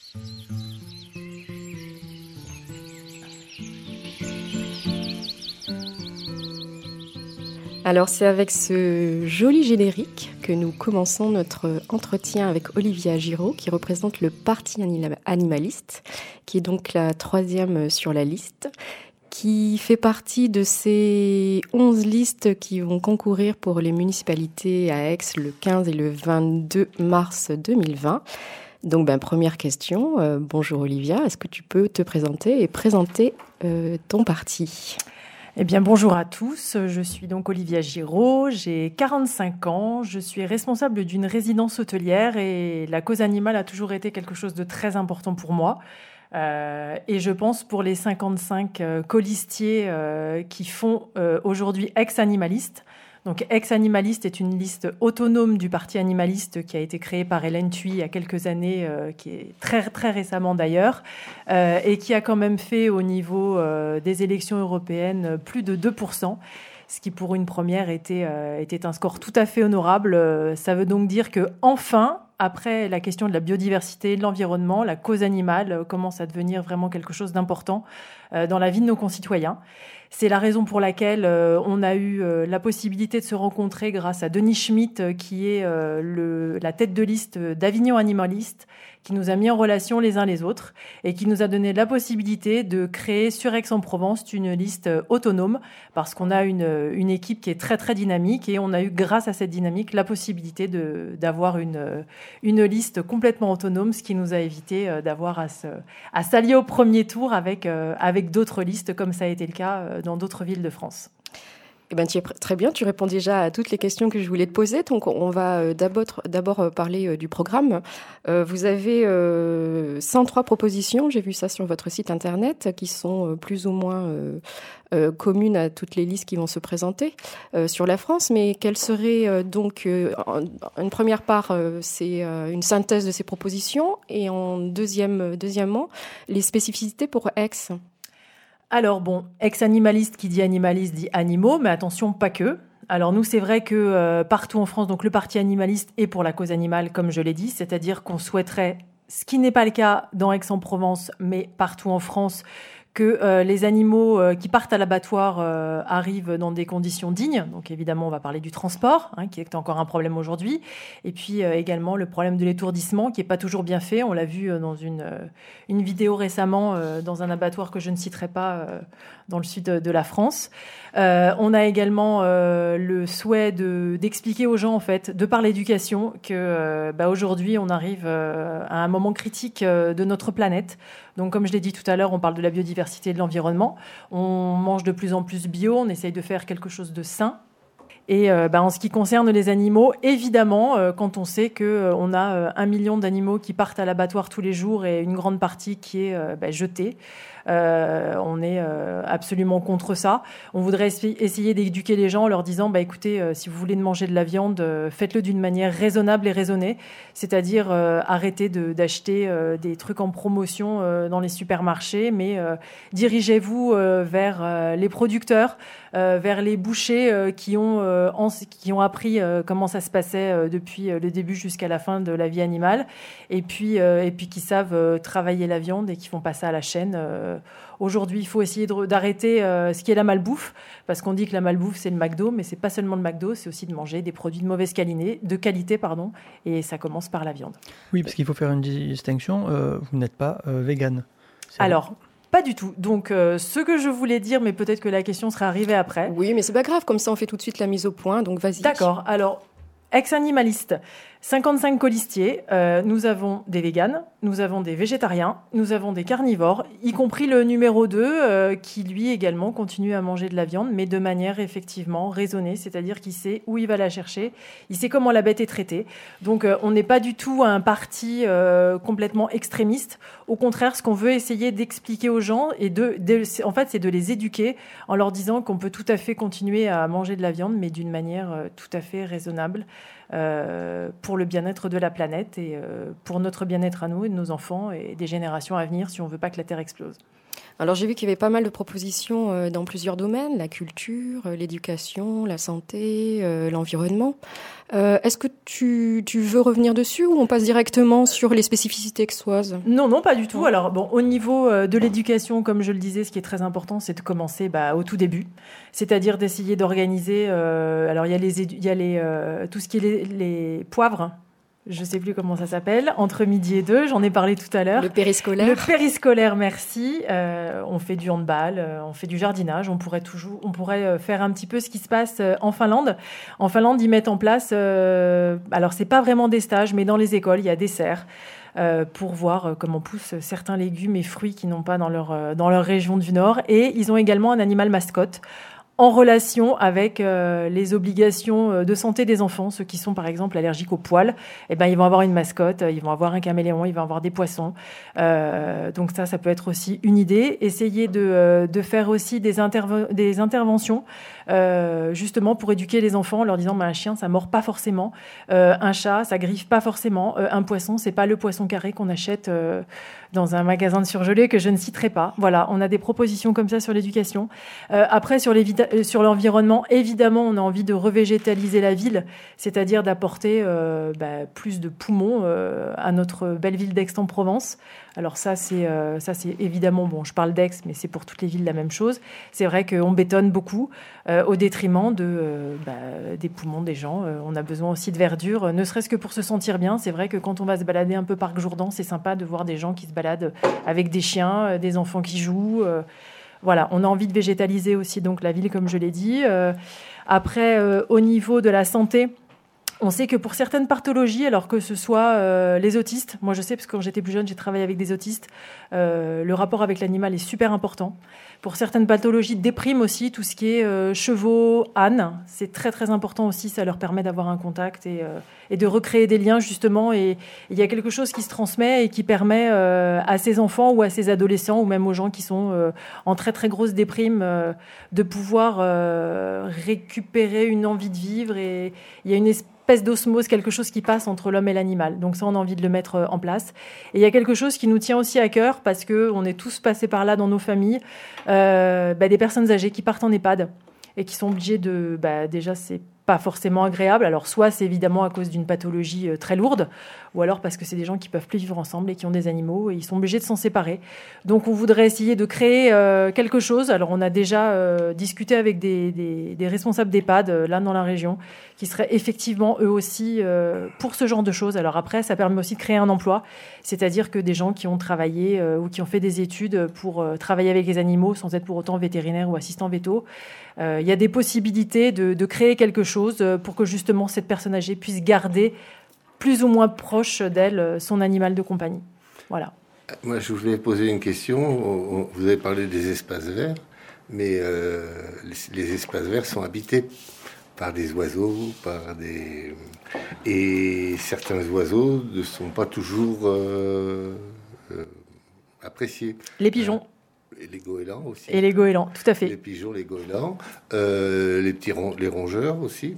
Alors c'est avec ce joli générique que nous commençons notre entretien avec Olivia Giraud, qui représente le Parti animaliste, qui est donc la 3e sur la liste, qui fait partie de ces 11 listes qui vont concourir pour les municipalités à Aix le 15 et le 22 mars 2020. Donc première question, bonjour Olivia, est-ce que tu peux te présenter et présenter ton parti ? Eh bien, bonjour à tous. Je suis donc Olivia Giraud, j'ai 45 ans, je suis responsable d'une résidence hôtelière et la cause animale a toujours été quelque chose de très important pour moi. Et je pense pour les 55 colistiers qui font aujourd'hui Aix-Animaliste. Donc, Aix-Animaliste est une liste autonome du Parti animaliste qui a été créée par Hélène Thuy il y a quelques années, qui est très, très récemment d'ailleurs, et qui a quand même fait au niveau des élections européennes plus de 2%, ce qui pour une première était un score tout à fait honorable. Ça veut donc dire que enfin, après la question de la biodiversité, de l'environnement, la cause animale commence à devenir vraiment quelque chose d'important dans la vie de nos concitoyens. C'est la raison pour laquelle on a eu la possibilité de se rencontrer grâce à Denis Schmitt, qui est la tête de liste d'Avignon Animaliste, qui nous a mis en relation les uns les autres et qui nous a donné la possibilité de créer sur Aix-en-Provence une liste autonome, parce qu'on a une équipe qui est très très dynamique et on a eu, grâce à cette dynamique, la possibilité d'avoir une liste complètement autonome, ce qui nous a évité d'avoir à s'allier au premier tour avec d'autres listes, comme ça a été le cas dans d'autres villes de France. Eh ben, très bien, tu réponds déjà à toutes les questions que je voulais te poser. Donc, on va d'abord parler du programme. Vous avez 103 propositions, j'ai vu ça sur votre site internet, qui sont plus ou moins communes à toutes les listes qui vont se présenter sur la France. Mais quelle serait donc une première part, c'est une synthèse de ces propositions, et deuxièmement, les spécificités pour Aix. Alors Aix-Animaliste, qui dit animaliste dit animaux, mais attention, pas que. Alors nous, c'est vrai que partout en France, donc le Parti animaliste est pour la cause animale, comme je l'ai dit, c'est-à-dire qu'on souhaiterait, ce qui n'est pas le cas dans Aix-en-Provence, mais partout en France, que les animaux qui partent à l'abattoir arrivent dans des conditions dignes. Donc évidemment, on va parler du transport, qui est encore un problème aujourd'hui. Et puis également le problème de l'étourdissement, qui n'est pas toujours bien fait. On l'a vu dans une vidéo récemment dans un abattoir que je ne citerai pas dans le sud de la France. On a également le souhait d'expliquer aux gens, en fait, de par l'éducation, que aujourd'hui, on arrive à un moment critique de notre planète. Donc, comme je l'ai dit tout à l'heure, on parle de la biodiversité et de l'environnement. On mange de plus en plus bio, on essaye de faire quelque chose de sain. Et en ce qui concerne les animaux, évidemment, quand on sait qu'on a 1 million d'animaux qui partent à l'abattoir tous les jours et une grande partie qui est jetée, on est absolument contre ça. On voudrait essayer d'éduquer les gens en leur disant écoutez, si vous voulez manger de la viande, faites-le d'une manière raisonnable et raisonnée, c'est-à-dire arrêtez d'acheter des trucs en promotion dans les supermarchés, mais dirigez-vous vers les producteurs, vers les bouchers qui ont appris comment ça se passait depuis le début jusqu'à la fin de la vie animale, et puis qui savent travailler la viande et qui font pas ça à la chaîne. Aujourd'hui, il faut essayer d'arrêter ce qui est la malbouffe, parce qu'on dit que la malbouffe, c'est le McDo, mais c'est pas seulement le McDo, c'est aussi de manger des produits de mauvaise qualité, et ça commence par la viande. Oui, parce qu'il faut faire une distinction, vous n'êtes pas végane. Alors, pas du tout. Donc, ce que je voulais dire, mais peut-être que la question serait arrivée après. Oui, mais c'est pas grave, comme ça on fait tout de suite la mise au point, donc vas-y. D'accord, alors, Aix-Animaliste, 55 colistiers, nous avons des véganes, nous avons des végétariens, nous avons des carnivores, y compris le numéro 2 qui lui également continue à manger de la viande, mais de manière effectivement raisonnée, c'est-à-dire qu'il sait où il va la chercher, il sait comment la bête est traitée. Donc on n'est pas du tout un parti complètement extrémiste. Au contraire, ce qu'on veut essayer d'expliquer aux gens, en fait, c'est de les éduquer en leur disant qu'on peut tout à fait continuer à manger de la viande, mais d'une manière tout à fait raisonnable. Pour le bien-être de la planète et pour notre bien-être à nous et de nos enfants et des générations à venir, si on ne veut pas que la Terre explose. Alors j'ai vu qu'il y avait pas mal de propositions dans plusieurs domaines, la culture, l'éducation, la santé, l'environnement. Est-ce que tu veux revenir dessus ou on passe directement sur les spécificités aixoises ? Non, pas du tout. Alors bon, au niveau de l'éducation, comme je le disais, ce qui est très important, c'est de commencer au tout début, c'est-à-dire d'essayer d'organiser. Alors il y a tout ce qui est les poivres. Je ne sais plus comment ça s'appelle, entre midi et 2, j'en ai parlé tout à l'heure. Le périscolaire. Le périscolaire, merci. On fait du handball, on fait du jardinage, on pourrait faire un petit peu ce qui se passe en Finlande. En Finlande, ils mettent en place, alors c'est pas vraiment des stages, mais dans les écoles, il y a des serres pour voir comment poussent certains légumes et fruits qui n'ont pas dans leur région du Nord. Et ils ont également un animal mascotte en relation avec les obligations de santé des enfants. Ceux qui sont, par exemple, allergiques aux poils, ils vont avoir une mascotte, ils vont avoir un caméléon, ils vont avoir des poissons. Donc ça peut être aussi une idée. Essayer de faire aussi des interventions, justement pour éduquer les enfants en leur disant un chien, ça mord pas forcément. Un chat, ça griffe pas forcément. Un poisson, c'est pas le poisson carré qu'on achète dans un magasin de surgelés que je ne citerai pas. Voilà, on a des propositions comme ça sur l'éducation. Après, sur l'environnement, évidemment, on a envie de revégétaliser la ville, c'est-à-dire d'apporter plus de poumons à notre belle ville d'Aix-en-Provence. Alors ça, c'est évidemment, je parle d'Aix, mais c'est pour toutes les villes la même chose. C'est vrai qu'on bétonne beaucoup au détriment des poumons des gens. On a besoin aussi de verdure, ne serait-ce que pour se sentir bien. C'est vrai que quand on va se balader un peu Parc Jourdan, c'est sympa de voir des gens qui se baladent avec des chiens, des enfants qui jouent. Voilà, on a envie de végétaliser aussi donc la ville, comme je l'ai dit. Après, au niveau de la santé, on sait que pour certaines pathologies, alors que ce soit les autistes, moi je sais parce que quand j'étais plus jeune, j'ai travaillé avec des autistes, le rapport avec l'animal est super important. Pour certaines pathologies de déprime aussi, tout ce qui est chevaux, ânes, c'est très très important aussi, ça leur permet d'avoir un contact et de recréer des liens justement. Et il y a quelque chose qui se transmet et qui permet à ces enfants ou à ces adolescents ou même aux gens qui sont en très très grosse déprime de pouvoir récupérer une envie de vivre. Et il y a une espèce d'osmose, quelque chose qui passe entre l'homme et l'animal. Donc ça, on a envie de le mettre en place. Et il y a quelque chose qui nous tient aussi à cœur parce qu'on est tous passés par là dans nos familles, des personnes âgées qui partent en EHPAD et qui sont obligées de... déjà, c'est pas forcément agréable. Alors, soit c'est évidemment à cause d'une pathologie très lourde, ou alors parce que c'est des gens qui peuvent plus vivre ensemble et qui ont des animaux et ils sont obligés de s'en séparer. Donc, on voudrait essayer de créer quelque chose. Alors, on a déjà discuté avec des responsables d'EHPAD, là, dans la région, qui seraient effectivement, eux aussi, pour ce genre de choses. Alors après, ça permet aussi de créer un emploi, c'est-à-dire que des gens qui ont travaillé ou qui ont fait des études pour travailler avec les animaux sans être pour autant vétérinaire ou assistant véto, il y a des possibilités de créer quelque chose pour que justement cette personne âgée puisse garder plus ou moins proche d'elle son animal de compagnie. Voilà. Moi, je voulais poser une question. Vous avez parlé des espaces verts, mais les espaces verts sont habités par des oiseaux, et certains oiseaux ne sont pas toujours appréciés. Les pigeons. Et les goélands aussi. Et les goélands, tout à fait. Les pigeons, les goélands, les rongeurs aussi.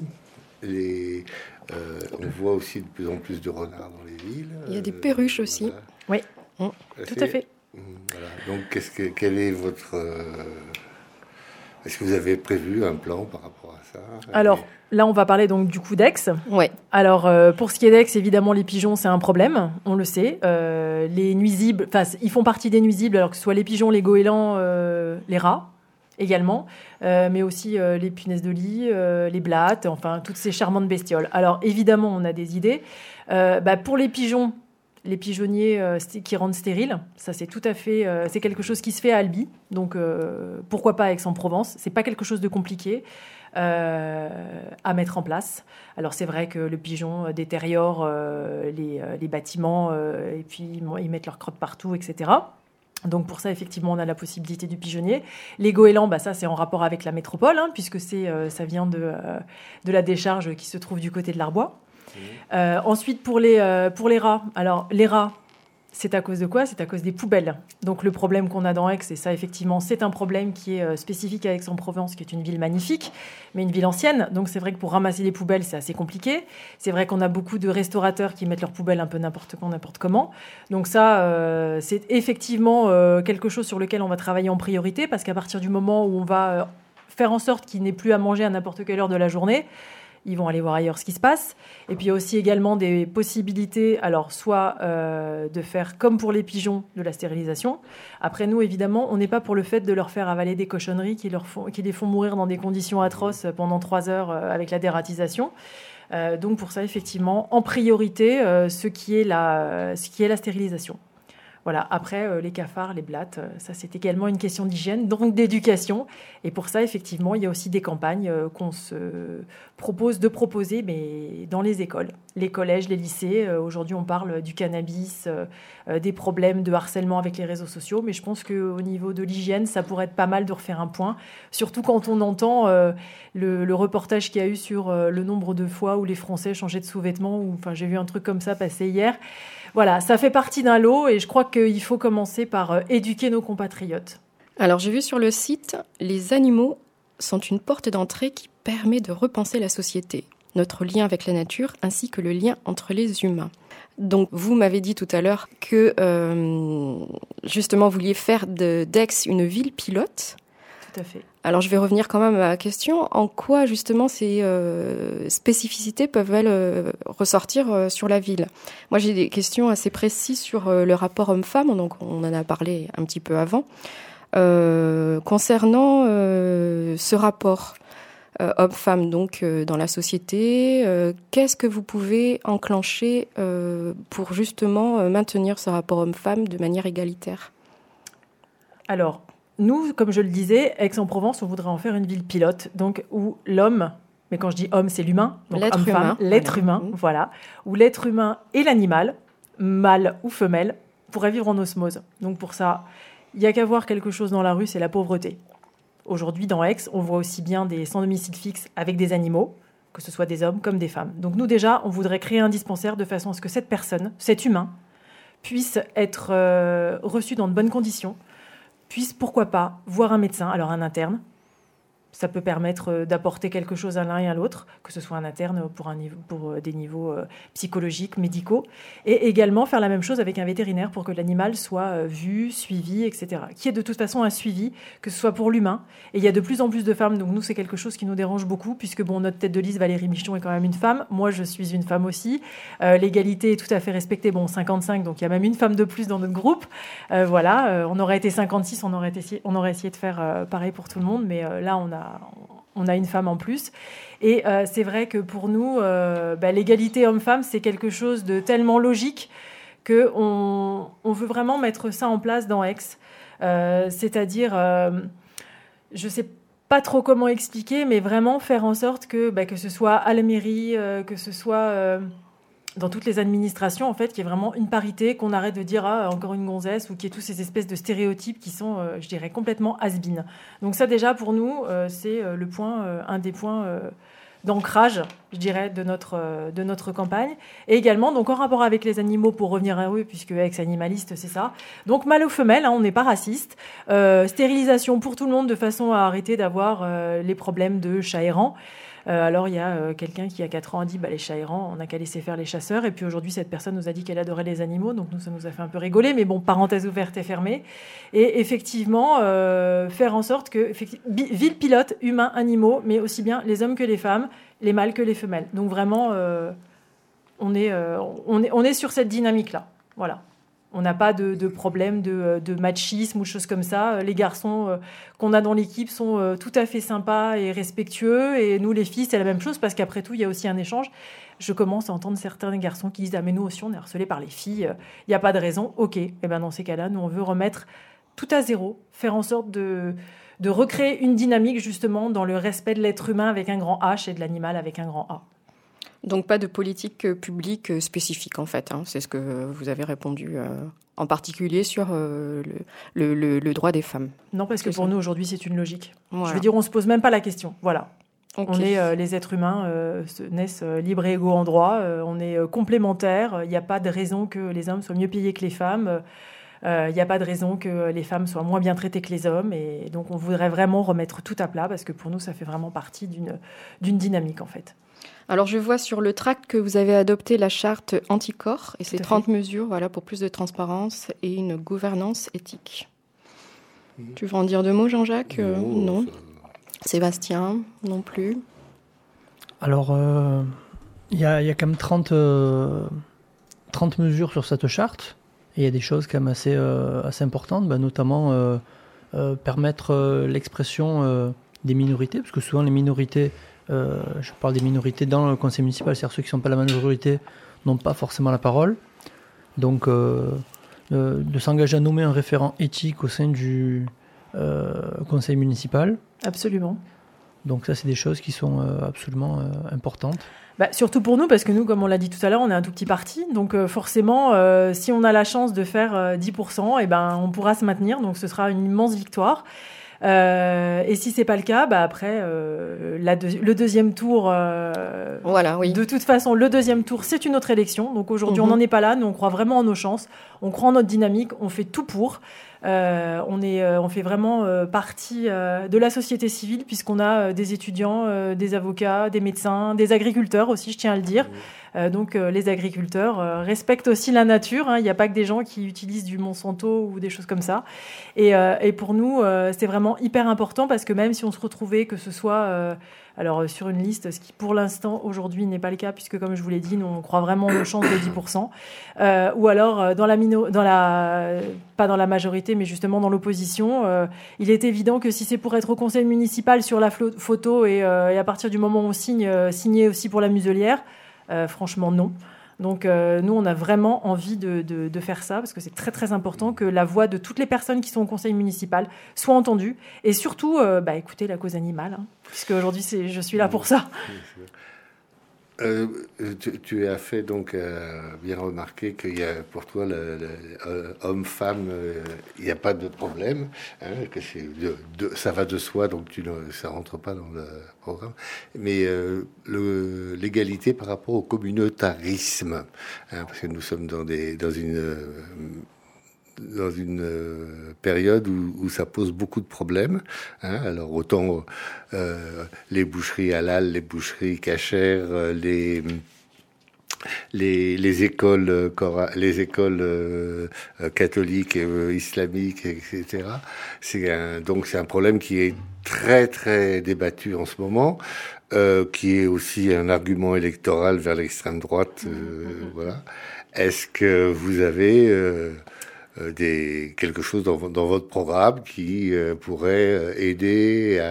On voit aussi de plus en plus de renards dans les villes. Il y a des perruches aussi. Voilà. Oui, tout à fait. Voilà. Donc, quel est votre... Est-ce que vous avez prévu un plan par rapport à ça ? Alors, là, on va parler donc du coup d'Aix. Ouais. Alors, pour ce qui est d'Aix, évidemment, les pigeons, c'est un problème, on le sait. Les nuisibles, ils font partie des nuisibles, alors que ce soit les pigeons, les goélands, les rats également, mais aussi les punaises de lit, les blattes, enfin, toutes ces charmantes bestioles. Alors, évidemment, on a des idées. Pour les pigeons, les pigeonniers qui rendent stériles, ça c'est tout à fait, c'est quelque chose qui se fait à Albi, donc pourquoi pas à Aix-en-Provence. C'est pas quelque chose de compliqué à mettre en place. Alors c'est vrai que le pigeon détériore les bâtiments et puis ils mettent leurs crottes partout, etc. Donc pour ça, effectivement, on a la possibilité du pigeonnier. Les goélands, ça c'est en rapport avec la métropole, puisque ça vient de la décharge qui se trouve du côté de l'Arbois. Ensuite, pour les rats, alors les rats, C'est à cause de quoi ? C'est à cause des poubelles. Donc le problème qu'on a dans Aix, et ça effectivement c'est un problème qui est spécifique à Aix-en-Provence, qui est une ville magnifique, mais une ville ancienne. Donc c'est vrai que pour ramasser les poubelles, c'est assez compliqué. C'est vrai qu'on a beaucoup de restaurateurs qui mettent leurs poubelles un peu n'importe quand, n'importe comment. Donc ça, c'est effectivement quelque chose sur lequel on va travailler en priorité, parce qu'à partir du moment où on va faire en sorte qu'il n'ait plus à manger à n'importe quelle heure de la journée, ils vont aller voir ailleurs ce qui se passe. Et puis il y a aussi également des possibilités, alors soit de faire comme pour les pigeons, de la stérilisation. Après nous, évidemment, on n'est pas pour le fait de leur faire avaler des cochonneries qui les font mourir dans des conditions atroces pendant 3 heures avec la dératisation. Donc pour ça, effectivement, en priorité, ce qui est la stérilisation. Voilà. Après, les cafards, les blattes, ça c'est également une question d'hygiène, donc d'éducation. Et pour ça, effectivement, il y a aussi des campagnes qu'on se propose de proposer, mais dans les écoles, les collèges, les lycées. Aujourd'hui, on parle du cannabis, des problèmes de harcèlement avec les réseaux sociaux. Mais je pense qu'au niveau de l'hygiène, ça pourrait être pas mal de refaire un point. Surtout quand on entend le reportage qu'il y a eu sur le nombre de fois où les Français changeaient de sous-vêtements. Enfin, j'ai vu un truc comme ça passer hier. Voilà, ça fait partie d'un lot et je crois qu'il faut commencer par éduquer nos compatriotes. Alors, j'ai vu sur le site, les animaux sont une porte d'entrée qui permet de repenser la société, notre lien avec la nature ainsi que le lien entre les humains. Donc, vous m'avez dit tout à l'heure que, justement, vous vouliez faire d'Aix une ville pilote. Tout à fait. Alors, je vais revenir quand même à ma question. En quoi, justement, ces spécificités peuvent-elles ressortir sur la ville ? Moi, j'ai des questions assez précises sur le rapport homme-femme, donc on en a parlé un petit peu avant. Concernant ce rapport homme-femme donc dans la société, qu'est-ce que vous pouvez enclencher pour justement maintenir ce rapport homme-femme de manière égalitaire ? Alors, nous, comme je le disais, Aix-en-Provence, on voudrait en faire une ville pilote, donc où l'homme, mais quand je dis homme, c'est l'humain, donc homme-femme, l'être humain, voilà, où l'être humain et l'animal, mâle ou femelle, pourraient vivre en osmose. Donc pour ça, il n'y a qu'à voir quelque chose dans la rue, c'est la pauvreté. Aujourd'hui, dans Aix, on voit aussi bien des sans domicile fixe avec des animaux, que ce soit des hommes comme des femmes. Donc nous, déjà, on voudrait créer un dispensaire de façon à ce que cette personne, cet humain, puisse être reçu dans de bonnes conditions, puisse, pourquoi pas, voir un médecin, alors un interne. Ça peut permettre d'apporter quelque chose à l'un et à l'autre, que ce soit un interne pour des niveaux psychologiques, médicaux, et également faire la même chose avec un vétérinaire pour que l'animal soit vu, suivi, etc. Qui est de toute façon un suivi, que ce soit pour l'humain. Et il y a de plus en plus de femmes, donc nous c'est quelque chose qui nous dérange beaucoup, puisque bon, notre tête de liste, Valérie Michon, est quand même une femme. Moi je suis une femme aussi. L'égalité est tout à fait respectée. Bon, 55, donc il y a même une femme de plus dans notre groupe. Voilà, on aurait été 56, on aurait essayé de faire pareil pour tout le monde, mais là on a une femme en plus. Et c'est vrai que pour nous, l'égalité homme-femme, c'est quelque chose de tellement logique qu'on veut vraiment mettre ça en place dans Aix. C'est-à-dire, je ne sais pas trop comment expliquer, mais vraiment faire en sorte que ce soit à la mairie, que ce soit dans toutes les administrations, en fait, qu'il y ait vraiment une parité, qu'on arrête de dire encore une gonzesse, ou qu'il y ait tous ces espèces de stéréotypes qui sont, je dirais, complètement has-been. Donc ça, déjà, pour nous, c'est un des points d'ancrage, je dirais, de notre campagne. Et également, donc en rapport avec les animaux, pour revenir à eux, puisque ex-animaliste, c'est ça. Donc mâle ou femelle, on n'est pas raciste. Stérilisation pour tout le monde, de façon à arrêter d'avoir les problèmes de chats errants. Alors, il y a quelqu'un qui, à 4 ans, a dit les chats errants, on n'a qu'à laisser faire les chasseurs. Et puis aujourd'hui, cette personne nous a dit qu'elle adorait les animaux. Donc, nous, ça nous a fait un peu rigoler. Mais bon, parenthèse ouverte et fermée. Et effectivement, faire en sorte que, ville pilote, humains, animaux, mais aussi bien les hommes que les femmes, les mâles que les femelles. Donc, vraiment, on est sur cette dynamique-là. Voilà. On n'a pas de problème de machisme ou choses comme ça. Les garçons qu'on a dans l'équipe sont tout à fait sympas et respectueux. Et nous, les filles, c'est la même chose parce qu'après tout, il y a aussi un échange. Je commence à entendre certains garçons qui disent « Ah, mais nous aussi, on est harcelés par les filles. Il n'y a pas de raison. » OK. Et dans ces cas-là, nous, on veut remettre tout à zéro, faire en sorte de recréer une dynamique, justement, dans le respect de l'être humain avec un grand H et de l'animal avec un grand A. Donc pas de politique publique spécifique en fait, c'est ce que vous avez répondu, en particulier sur le droit des femmes. Non, parce que pour nous aujourd'hui c'est une logique. Voilà. Je veux dire, on se pose même pas la question, voilà. Okay. Les êtres humains naissent libres et égaux en droit. On est complémentaires. Il n'y a pas de raison que les hommes soient mieux payés que les femmes. Il n'y a pas de raison que les femmes soient moins bien traitées que les hommes. Et donc, on voudrait vraiment remettre tout à plat parce que pour nous, ça fait vraiment partie d'une dynamique, en fait. Alors, je vois sur le tract que vous avez adopté la charte anticorps et ses 30 mesures pour plus de transparence et une gouvernance éthique. Tu veux en dire 2 mots, Jean-Jacques? Non. Sébastien, non plus. Alors, il y a quand même 30 mesures sur cette charte. Et il y a des choses quand même assez importantes, notamment permettre l'expression des minorités, parce que souvent les minorités, je parle des minorités dans le conseil municipal, c'est-à-dire ceux qui ne sont pas la majorité n'ont pas forcément la parole. Donc de s'engager à nommer un référent éthique au sein du conseil municipal. Absolument. Donc ça, c'est des choses qui sont absolument importantes. Surtout pour nous, parce que nous, comme on l'a dit tout à l'heure, on est un tout petit parti. Donc forcément, si on a la chance de faire 10%, on pourra se maintenir. Donc ce sera une immense victoire. Et si c'est pas le cas, après le deuxième tour. Oui. De toute façon, le deuxième tour, c'est une autre élection. Donc aujourd'hui, on n'en est pas là. Nous, on croit vraiment en nos chances. On croit en notre dynamique. On fait tout pour. On fait vraiment partie de la société civile puisqu'on a des étudiants, des avocats, des médecins, des agriculteurs aussi, je tiens à le dire. Donc les agriculteurs respectent aussi la nature. Il n'y a pas que des gens qui utilisent du Monsanto ou des choses comme ça. Et pour nous, c'est vraiment hyper important parce que même si on se retrouvait, que ce soit sur une liste, ce qui pour l'instant aujourd'hui n'est pas le cas puisque comme je vous l'ai dit, nous on croit vraiment aux chances de 10%, ou alors pas dans la majorité mais justement dans l'opposition, il est évident que si c'est pour être au conseil municipal sur la photo et à partir du moment où on signer aussi pour la muselière, franchement non. Donc nous, on a vraiment envie de faire ça parce que c'est très très important que la voix de toutes les personnes qui sont au conseil municipal soit entendue et surtout écouter la cause animale, puisque aujourd'hui je suis là pour ça. Tu as fait donc bien remarquer qu'il y a pour toi homme-femme, il n'y a pas de problème, que ça va de soi, donc ça rentre pas dans le programme. Mais l'égalité par rapport au communautarisme, parce que nous sommes dans une période où ça pose beaucoup de problèmes. Alors autant les boucheries halal, les boucheries cachères, les écoles catholiques, islamiques, etc. C'est un problème qui est très très débattu en ce moment, qui est aussi un argument électoral vers l'extrême droite. Voilà. Est-ce que vous avez quelque chose dans votre programme qui pourrait aider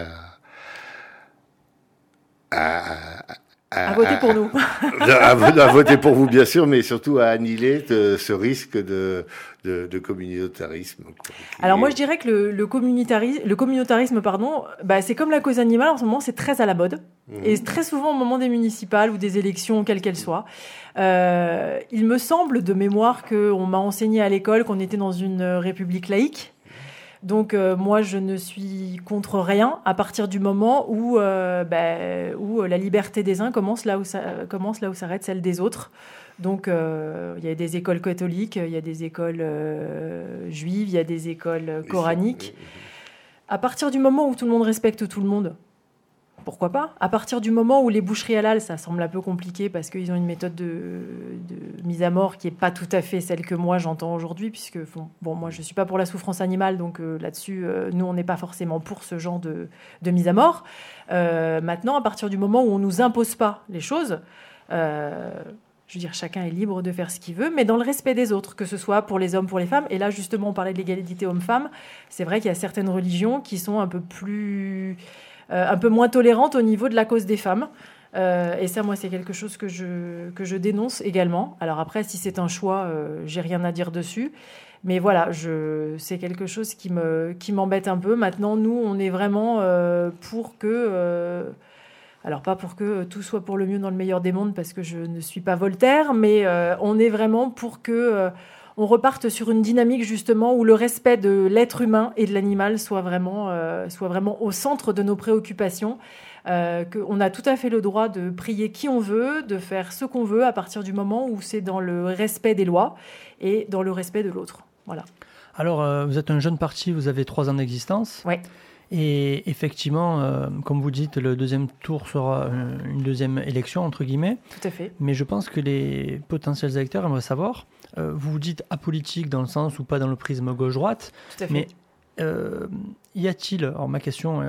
à voter pour nous. à voter pour vous, bien sûr, mais surtout à annihiler ce risque de communautarisme. Alors moi, je dirais que le communautarisme, c'est comme la cause animale. En ce moment, c'est très à la mode. Et très souvent, au moment des municipales ou des élections, quelles qu'elles soient, il me semble, de mémoire, qu'on m'a enseigné à l'école qu'on était dans une république laïque. Donc moi, je ne suis contre rien à partir du moment où la liberté des uns commence là où s'arrête celle des autres. Donc il y a des écoles catholiques, il y a des écoles juives, il y a des écoles coraniques. À partir du moment où tout le monde respecte tout le monde, pourquoi pas ? À partir du moment où les boucheries halal, ça semble un peu compliqué parce qu'ils ont une méthode de mise à mort qui n'est pas tout à fait celle que moi j'entends aujourd'hui, puisque moi je ne suis pas pour la souffrance animale, donc là-dessus, nous on n'est pas forcément pour ce genre de mise à mort. Maintenant, à partir du moment où on ne nous impose pas les choses, je veux dire, chacun est libre de faire ce qu'il veut, mais dans le respect des autres, que ce soit pour les hommes, pour les femmes. Et là, justement, on parlait de l'égalité homme-femme. C'est vrai qu'il y a certaines religions qui sont un peu moins tolérantes au niveau de la cause des femmes. Et ça, moi, c'est quelque chose que je dénonce également. Alors après, si c'est un choix, j'ai rien à dire dessus. Mais voilà, c'est quelque chose qui m'embête un peu. Maintenant, nous, on est vraiment pour que... alors pas pour que tout soit pour le mieux dans le meilleur des mondes, parce que je ne suis pas Voltaire, mais on est vraiment pour que on reparte sur une dynamique justement où le respect de l'être humain et de l'animal soit vraiment au centre de nos préoccupations. Qu'on a tout à fait le droit de prier qui on veut, de faire ce qu'on veut à partir du moment où c'est dans le respect des lois et dans le respect de l'autre. Voilà. Alors, vous êtes un jeune parti, vous avez 3 ans d'existence. Oui. Et effectivement, comme vous dites, le deuxième tour sera une deuxième élection, entre guillemets. Tout à fait. Mais je pense que les potentiels électeurs aimeraient savoir, vous vous dites apolitique dans le sens ou pas dans le prisme gauche-droite. Tout à fait. Mais y a-t-il, alors ma question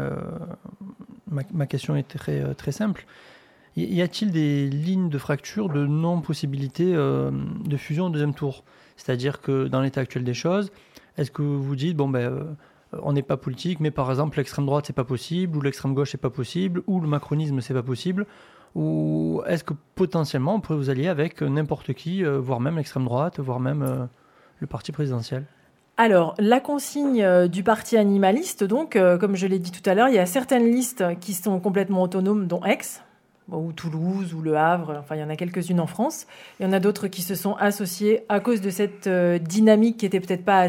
est très, très simple, y a-t-il des lignes de fracture de non-possibilité de fusion au deuxième tour ? C'est-à-dire que dans l'état actuel des choses, est-ce que vous dites, on n'est pas politique, mais par exemple l'extrême droite c'est pas possible, ou l'extrême gauche c'est pas possible, ou le macronisme c'est pas possible, ou est-ce que potentiellement on pourrait vous allier avec n'importe qui, voire même l'extrême droite, voire même le parti présidentiel ? Alors, la consigne du parti animaliste, donc, comme je l'ai dit tout à l'heure, il y a certaines listes qui sont complètement autonomes, dont Aix, ou Toulouse, ou Le Havre, enfin, il y en a quelques-unes en France. Il y en a d'autres qui se sont associées à cause de cette dynamique qui n'était peut-être pas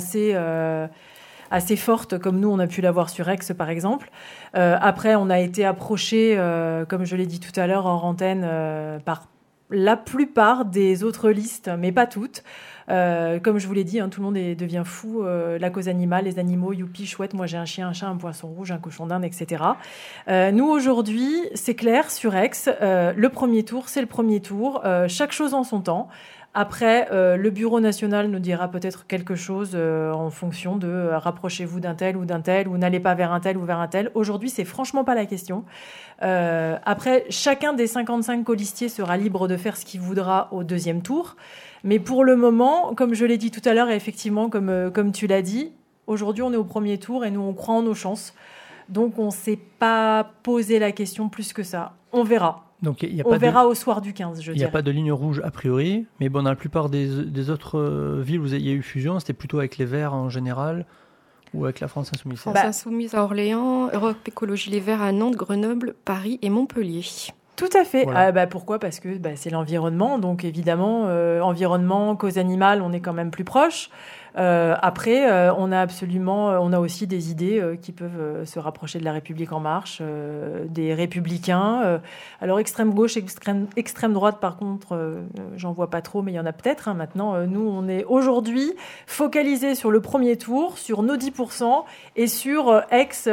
assez forte comme nous, on a pu l'avoir sur Aix, par exemple. Après, on a été approché, comme je l'ai dit tout à l'heure, en antenne, par la plupart des autres listes, mais pas toutes. Comme je vous l'ai dit, tout le monde devient fou. La cause animale, les animaux, youpi, chouette. Moi, j'ai un chien, un chat, un poisson rouge, un cochon d'Inde, etc. Nous, aujourd'hui, c'est clair, sur Aix, le premier tour, c'est le premier tour. Chaque chose en son temps. Après, le Bureau national nous dira peut-être quelque chose en fonction de rapprochez-vous d'un tel, ou n'allez pas vers un tel ou vers un tel. Aujourd'hui, c'est franchement pas la question. Après, chacun des 55 colistiers sera libre de faire ce qu'il voudra au deuxième tour. Mais pour le moment, comme je l'ai dit tout à l'heure, et effectivement, comme tu l'as dit, aujourd'hui, on est au premier tour et nous, on croit en nos chances. Donc, on ne s'est pas posé la question plus que ça. On verra. Donc, on verra au soir du 15, je dirais. Il n'y a pas de ligne rouge a priori, mais dans la plupart des autres villes où il y a eu fusion, c'était plutôt avec les Verts en général ou avec la France Insoumise. France Insoumise à Orléans, Europe Écologie Les Verts à Nantes, Grenoble, Paris et Montpellier. Tout à fait. Voilà. Pourquoi ? Parce que c'est l'environnement. Donc évidemment, environnement, cause animale, on est quand même plus proche. Après, on a aussi des idées qui peuvent se rapprocher de la République en marche, des Républicains. Alors extrême gauche, extrême droite, par contre, j'en vois pas trop, mais il y en a peut-être. Maintenant, nous, on est aujourd'hui focalisés sur le premier tour, sur nos 10% et sur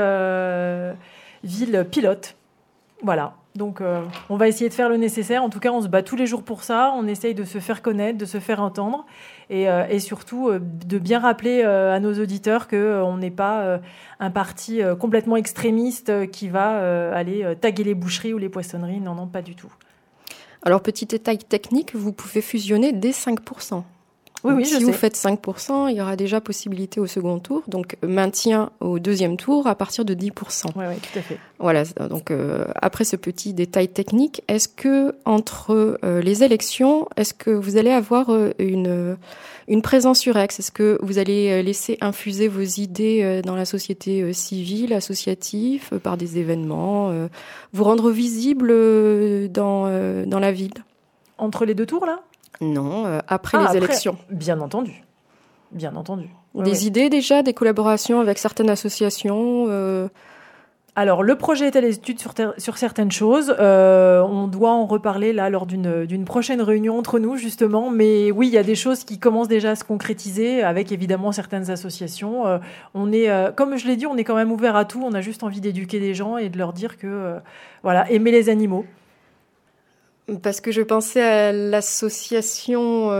ville pilote. Voilà. Donc, on va essayer de faire le nécessaire. En tout cas, on se bat tous les jours pour ça. On essaye de se faire connaître, de se faire entendre et surtout de bien rappeler à nos auditeurs qu'on n'est pas un parti complètement extrémiste qui va aller taguer les boucheries ou les poissonneries. Non, pas du tout. Alors, petit détail technique, vous pouvez fusionner dès 5%. Oui, si vous faites 5%, il y aura déjà possibilité au second tour, donc maintien au deuxième tour à partir de 10%. Oui, tout à fait. Voilà, donc après ce petit détail technique, est-ce que entre les élections, est-ce que vous allez avoir une présence sur Aix ? Est-ce que vous allez laisser infuser vos idées dans la société civile, associative, par des événements, vous rendre visible dans la ville ? Entre les deux tours, là ? Non, après les élections. Bien entendu. Des idées déjà, des collaborations avec certaines associations Alors, le projet est à l'étude sur certaines choses. On doit en reparler là lors d'une prochaine réunion entre nous, justement. Mais oui, il y a des choses qui commencent déjà à se concrétiser avec évidemment certaines associations. On est, comme je l'ai dit, on est quand même ouvert à tout. On a juste envie d'éduquer les gens et de leur dire que, aimer les animaux. Parce que je pensais à l'association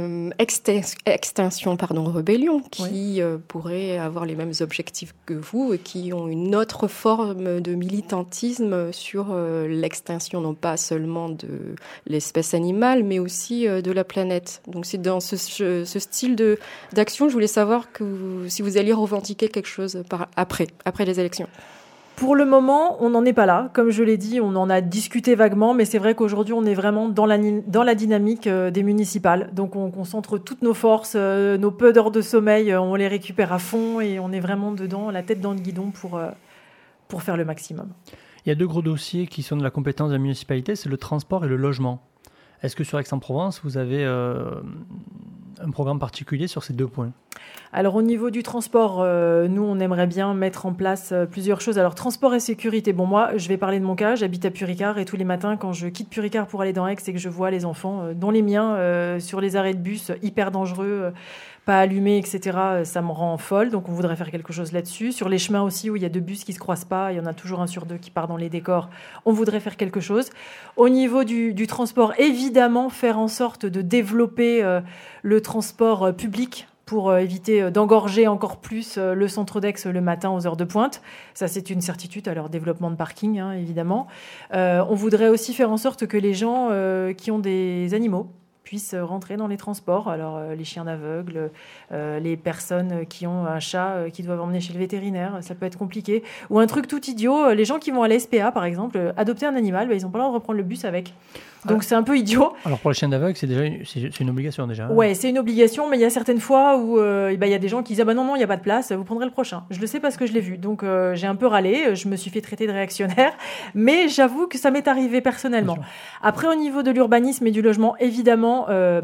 Extinction Rébellion, qui pourrait avoir les mêmes objectifs que vous et qui ont une autre forme de militantisme sur l'extinction, non pas seulement de l'espèce animale, mais aussi de la planète. Donc c'est dans ce style d'action, je voulais savoir si vous alliez revendiquer quelque chose après les élections. Pour le moment, on n'en est pas là. Comme je l'ai dit, on en a discuté vaguement, mais c'est vrai qu'aujourd'hui, on est vraiment dans la dynamique des municipales. Donc, on concentre toutes nos forces, nos peu d'heures de sommeil, on les récupère à fond et on est vraiment dedans, la tête dans le guidon pour faire le maximum. Il y a 2 gros dossiers qui sont de la compétence de la municipalité, c'est le transport et le logement. Est-ce que sur Aix-en-Provence, vous avez un programme particulier sur ces 2 points? Alors au niveau du transport, nous on aimerait bien mettre en place plusieurs choses. Alors transport et sécurité, bon moi je vais parler de mon cas, j'habite à Puricard et tous les matins quand je quitte Puricard pour aller dans Aix et que je vois les enfants, dont les miens, sur les arrêts de bus hyper dangereux, pas allumés, etc., ça me rend folle, donc on voudrait faire quelque chose là-dessus. Sur les chemins aussi où il y a 2 bus qui se croisent pas, il y en a toujours un sur 2 qui part dans les décors, on voudrait faire quelque chose. Au niveau du transport, évidemment faire en sorte de développer le transport public, pour éviter d'engorger encore plus le centre d'Aix le matin aux heures de pointe. Ça, c'est une certitude à leur développement de parking, hein, évidemment. On voudrait aussi faire en sorte que les gens qui ont des animaux puissent rentrer dans les transports. Alors, les chiens aveugles, les personnes qui ont un chat qui doivent emmener chez le vétérinaire, ça peut être compliqué. Ou un truc tout idiot, les gens qui vont à la SPA, par exemple, adopter un animal, ils n'ont pas le droit de reprendre le bus avec. Donc c'est un peu idiot. Alors pour les chiens d'aveugle, c'est une obligation déjà. Ouais, c'est une obligation, mais il y a certaines fois où il y a des gens qui disent non, il n'y a pas de place, vous prendrez le prochain. Je le sais parce que je l'ai vu. Donc j'ai un peu râlé, je me suis fait traiter de réactionnaire, mais j'avoue que ça m'est arrivé personnellement. Après, au niveau de l'urbanisme et du logement, évidemment,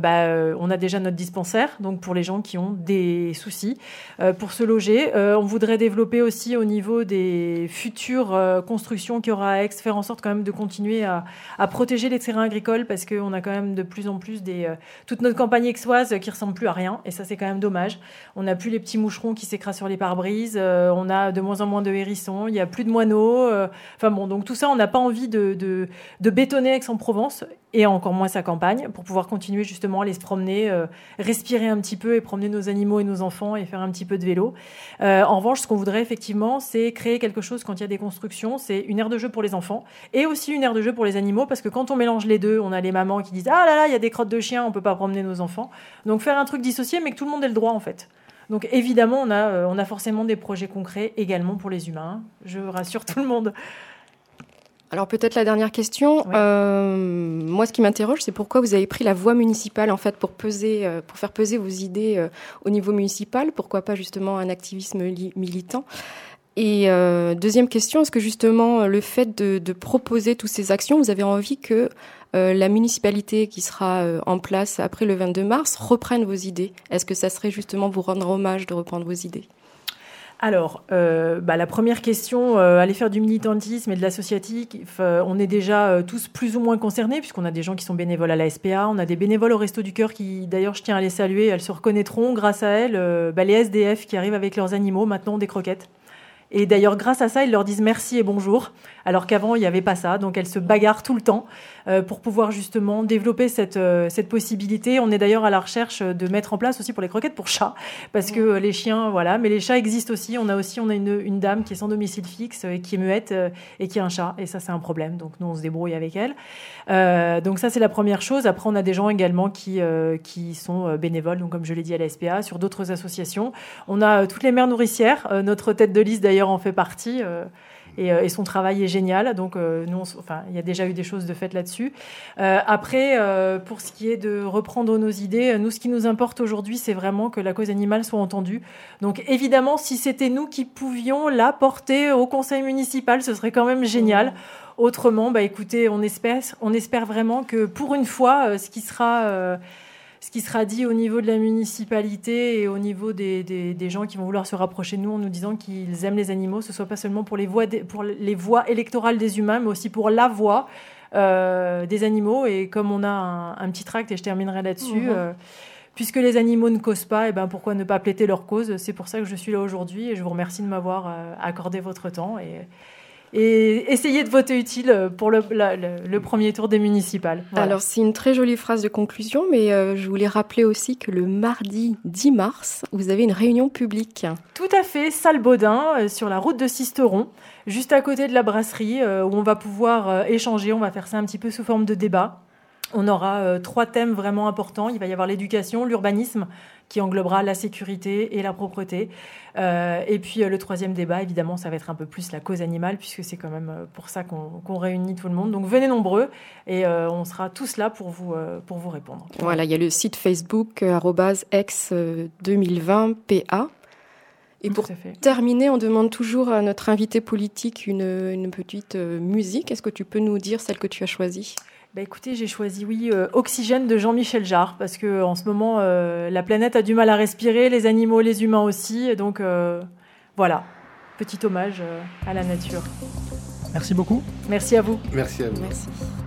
on a déjà notre dispensaire, donc pour les gens qui ont des soucis pour se loger. On voudrait développer aussi au niveau des futures constructions qu'il y aura à Aix, faire en sorte quand même de continuer à protéger les terrains agricoles, parce qu'on a quand même de plus en plus toute notre campagne aixoise qui ressemble plus à rien, et ça c'est quand même dommage. On n'a plus les petits moucherons qui s'écrasent sur les pare-brises, on a de moins en moins de hérissons, il n'y a plus de moineaux, donc tout ça on n'a pas envie de bétonner Aix-en-Provence, et encore moins sa campagne, pour pouvoir continuer justement à aller se promener, respirer un petit peu et promener nos animaux et nos enfants et faire un petit peu de vélo. En revanche, ce qu'on voudrait effectivement, c'est créer quelque chose quand il y a des constructions, c'est une aire de jeu pour les enfants et aussi une aire de jeu pour les animaux, parce que quand on mélange les deux, on a les mamans qui disent « Ah là là, il y a des crottes de chiens, on peut pas promener nos enfants ». Donc faire un truc dissocié, mais que tout le monde ait le droit en fait. Donc évidemment, on a forcément des projets concrets également pour les humains. Je rassure tout le monde. Alors peut-être la dernière question. Oui. Moi, ce qui m'interroge, c'est pourquoi vous avez pris la voie municipale en fait pour faire peser vos idées au niveau municipal. Pourquoi pas justement un activisme militant? Et deuxième question, est-ce que justement le fait de proposer toutes ces actions, vous avez envie que la municipalité qui sera en place après le 22 mars reprenne vos idées? Est-ce que ça serait justement vous rendre hommage de reprendre vos idées? Alors, la première question, aller faire du militantisme et de l'associatif, on est déjà tous plus ou moins concernés, puisqu'on a des gens qui sont bénévoles à la SPA, on a des bénévoles au Resto du Cœur qui, d'ailleurs, je tiens à les saluer, elles se reconnaîtront grâce à elles, les SDF qui arrivent avec leurs animaux, maintenant ont des croquettes. Et d'ailleurs, grâce à ça, ils leur disent merci et bonjour, alors qu'avant, il n'y avait pas ça. Donc, elles se bagarrent tout le temps pour pouvoir justement développer cette possibilité. On est d'ailleurs à la recherche de mettre en place aussi pour les croquettes pour chats, parce que les chiens, voilà, mais les chats existent aussi. On a une dame qui est sans domicile fixe, qui est muette et qui a un chat. Et ça, c'est un problème. Donc, nous, on se débrouille avec elle. Donc, ça, c'est la première chose. Après, on a des gens également qui sont bénévoles, donc comme je l'ai dit à la SPA, sur d'autres associations. On a toutes les mères nourricières. Notre tête de liste, d'ailleurs, en fait partie. Et son travail est génial. Donc, il y a déjà eu des choses de faites là-dessus. Après, pour ce qui est de reprendre nos idées, nous, ce qui nous importe aujourd'hui, c'est vraiment que la cause animale soit entendue. Donc, évidemment, si c'était nous qui pouvions la porter au conseil municipal, ce serait quand même génial. Autrement, écoutez, on espère vraiment que pour une fois, ce qui sera dit au niveau de la municipalité et au niveau des gens qui vont vouloir se rapprocher de nous en nous disant qu'ils aiment les animaux, ce soit pas seulement pour les voix électorales des humains, mais aussi pour la voix des animaux. Et comme on a un petit tract, et je terminerai là-dessus, puisque les animaux ne causent pas, pourquoi ne pas plaider leur cause? C'est pour ça que je suis là aujourd'hui, et je vous remercie de m'avoir accordé votre temps. Et essayez de voter utile pour le premier tour des municipales. Voilà. Alors, c'est une très jolie phrase de conclusion, mais je voulais rappeler aussi que le mardi 10 mars, vous avez une réunion publique. Tout à fait, salle Baudin, sur la route de Sisteron, juste à côté de la brasserie, où on va pouvoir échanger. On va faire ça un petit peu sous forme de débat. On aura 3 thèmes vraiment importants. Il va y avoir l'éducation, l'urbanisme, qui englobera la sécurité et la propreté. Et puis le 3e débat, évidemment, ça va être un peu plus la cause animale, puisque c'est quand même pour ça qu'on réunit tout le monde. Donc venez nombreux, et on sera tous là pour vous répondre. Voilà, il y a le site Facebook @ex2020pa. Et pour terminer, on demande toujours à notre invité politique une petite musique. Est-ce que tu peux nous dire celle que tu as choisie ? Écoutez, j'ai choisi, Oxygène de Jean-Michel Jarre, parce qu'en ce moment, la planète a du mal à respirer, les animaux, les humains aussi. Et donc, voilà, petit hommage à la nature. Merci beaucoup. Merci à vous. Merci à vous. Merci.